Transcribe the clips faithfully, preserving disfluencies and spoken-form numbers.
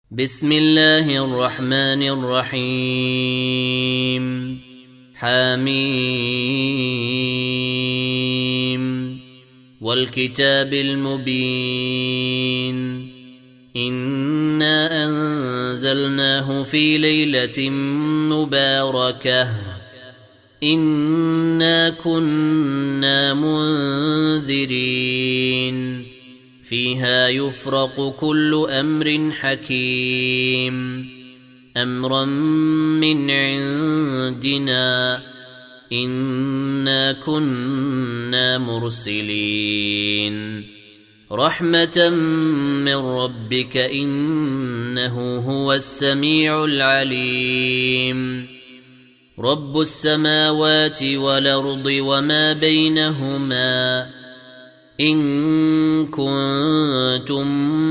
بسم الله الرحمن الرحيم حميم والكتاب المبين إنا أنزلناه في ليلة مباركة إنا كنا منذرين فيها يفرق كل أمر حكيم أمرا من عندنا إنا كنا مرسلين رحمة من ربك إنه هو السميع العليم رب السماوات والأرض وما بينهما إن كنتم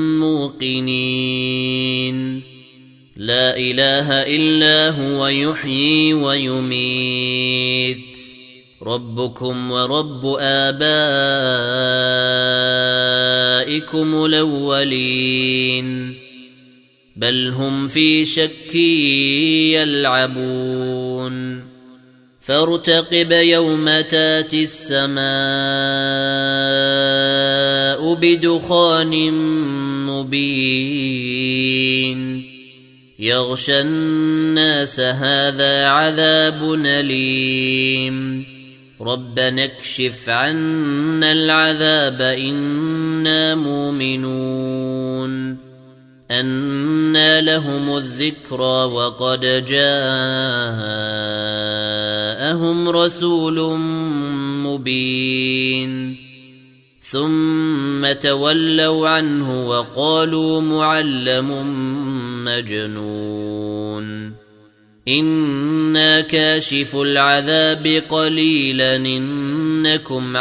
موقنين لا إله إلا هو يحيي ويميت ربكم ورب آبائكم الأولين بل هم في شك يلعبون فارتقب يوم تاتي السماء بدخان مبين يغشى الناس هذا عذاب أليم ربنا اكشف عنا العذاب إنا مؤمنون أنى لهم الذكرى وقد جاءهم رسول مبين ثم تولوا عنه وقالوا معلم مجنون إنا كاشف العذاب قليلا إنكم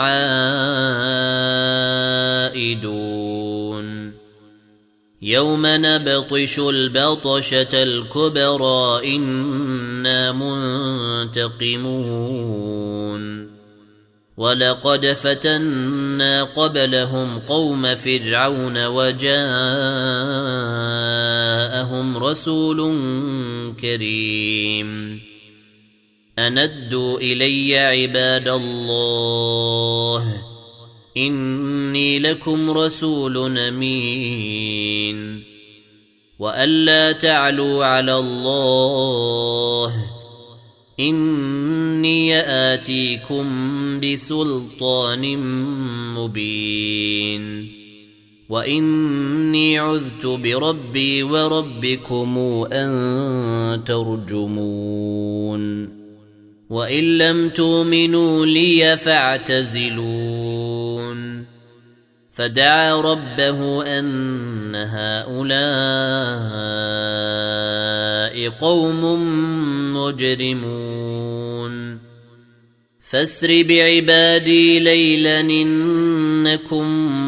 عائدون يوم نبطش البطشة الكبرى إنا منتقمون ولقد فتنا قبلهم قوم فرعون وجاءهم رسول كريم أندوا إلي عباد الله إني لكم رسول أمين وألا تعلوا على الله إني آتيكم بسلطان مبين وإني عذت بربي وربكم أن ترجمون وإن لم تؤمنوا لي فاعتزلون فدعا ربه أن هؤلاء قوم مجرمون فاسر بعبادي ليلا إنكم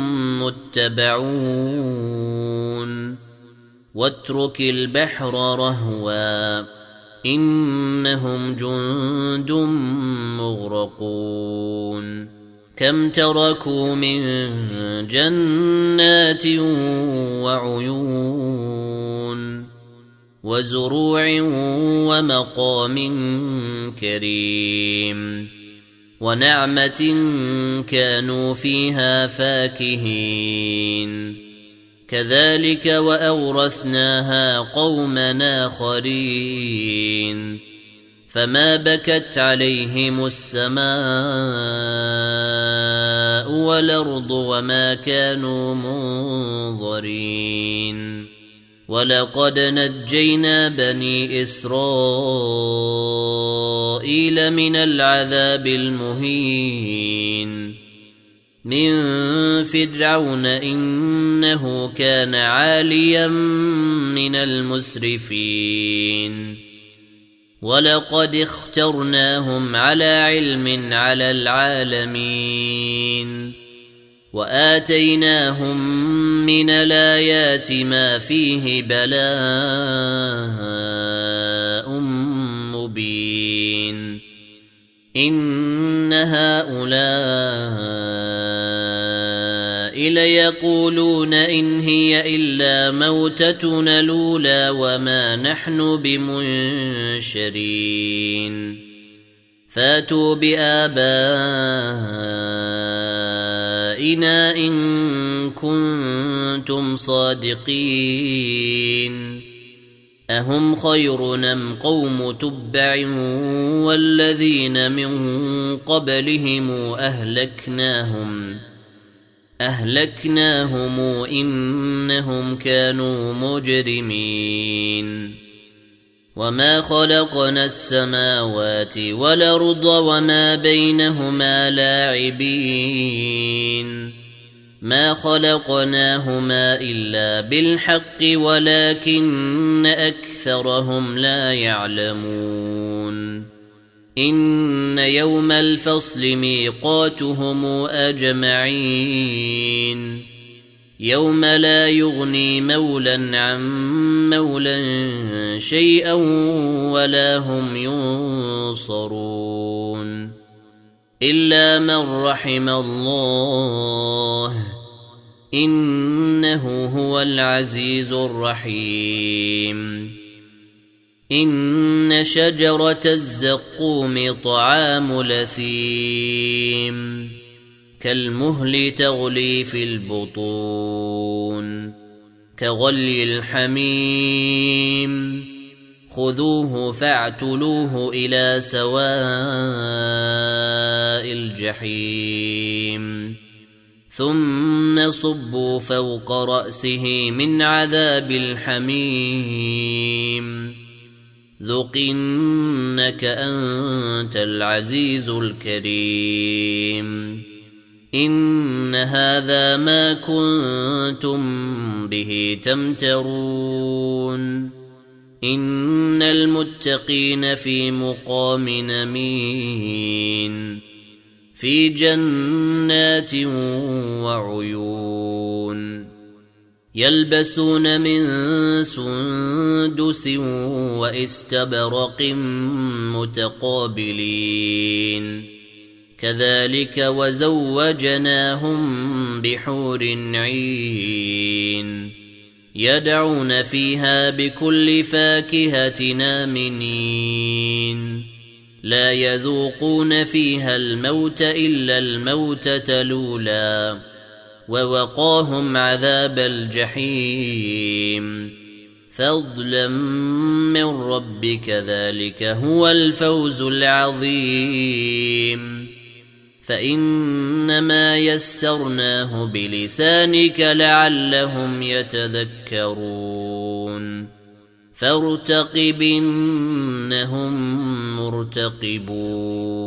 متبعون واترك البحر رهوا إنهم جند مغرقون كم تركوا من جنات وعيون وزروع ومقام كريم ونعمة كانوا فيها فاكهين كذلك وأورثناها قوما آخرين فما بكت عليهم السماء والأرض وما كانوا منظرين ولقد نجينا بني إسرائيل من العذاب المهين من فرعون إنه كان عاليا من المسرفين ولقد اخترناهم على علم على العالمين وآتيناهم من الآيات ما فيه بلاء مبين إن هؤلاء ليقولون إن هي إلا موتتنا الأولى وما نحن بمنشرين فاتوا بآبائنا إن كنتم صادقين أهم خير أم قوم تبع والذين من قبلهم أهلكناهم أهلكناهم إنهم كانوا مجرمين وما خلقنا السماوات والأرض وما بينهما لاعبين ما خلقناهما إلا بالحق ولكن أكثرهم لا يعلمون إن يوم الفصل ميقاتهم أجمعين يوم لا يغني مولا عن مولا شيئا ولا هم ينصرون إلا من رحم الله إنه هو العزيز الرحيم إن شجرة الزقوم طعام لثيم كالمهل تغلي في البطون كغلي الحميم خذوه فاعتلوه إلى سواء الجحيم ثم صبوا فوق رأسه من عذاب الحميم ذق إنك أنت العزيز الكريم إن هذا ما كنتم به تمترون إن المتقين في مقام أمين في جنات وعيون يلبسون من سندس واستبرق متقابلين كذلك وزوجناهم بحور عين يدعون فيها بكل فاكهة آمنين لا يذوقون فيها الموت إلا الموتة الأولى ووقاهم عذاب الجحيم فضلا من ربك ذلك هو الفوز العظيم فإنما يسرناه بلسانك لعلهم يتذكرون فارتقب إنهم مرتقبون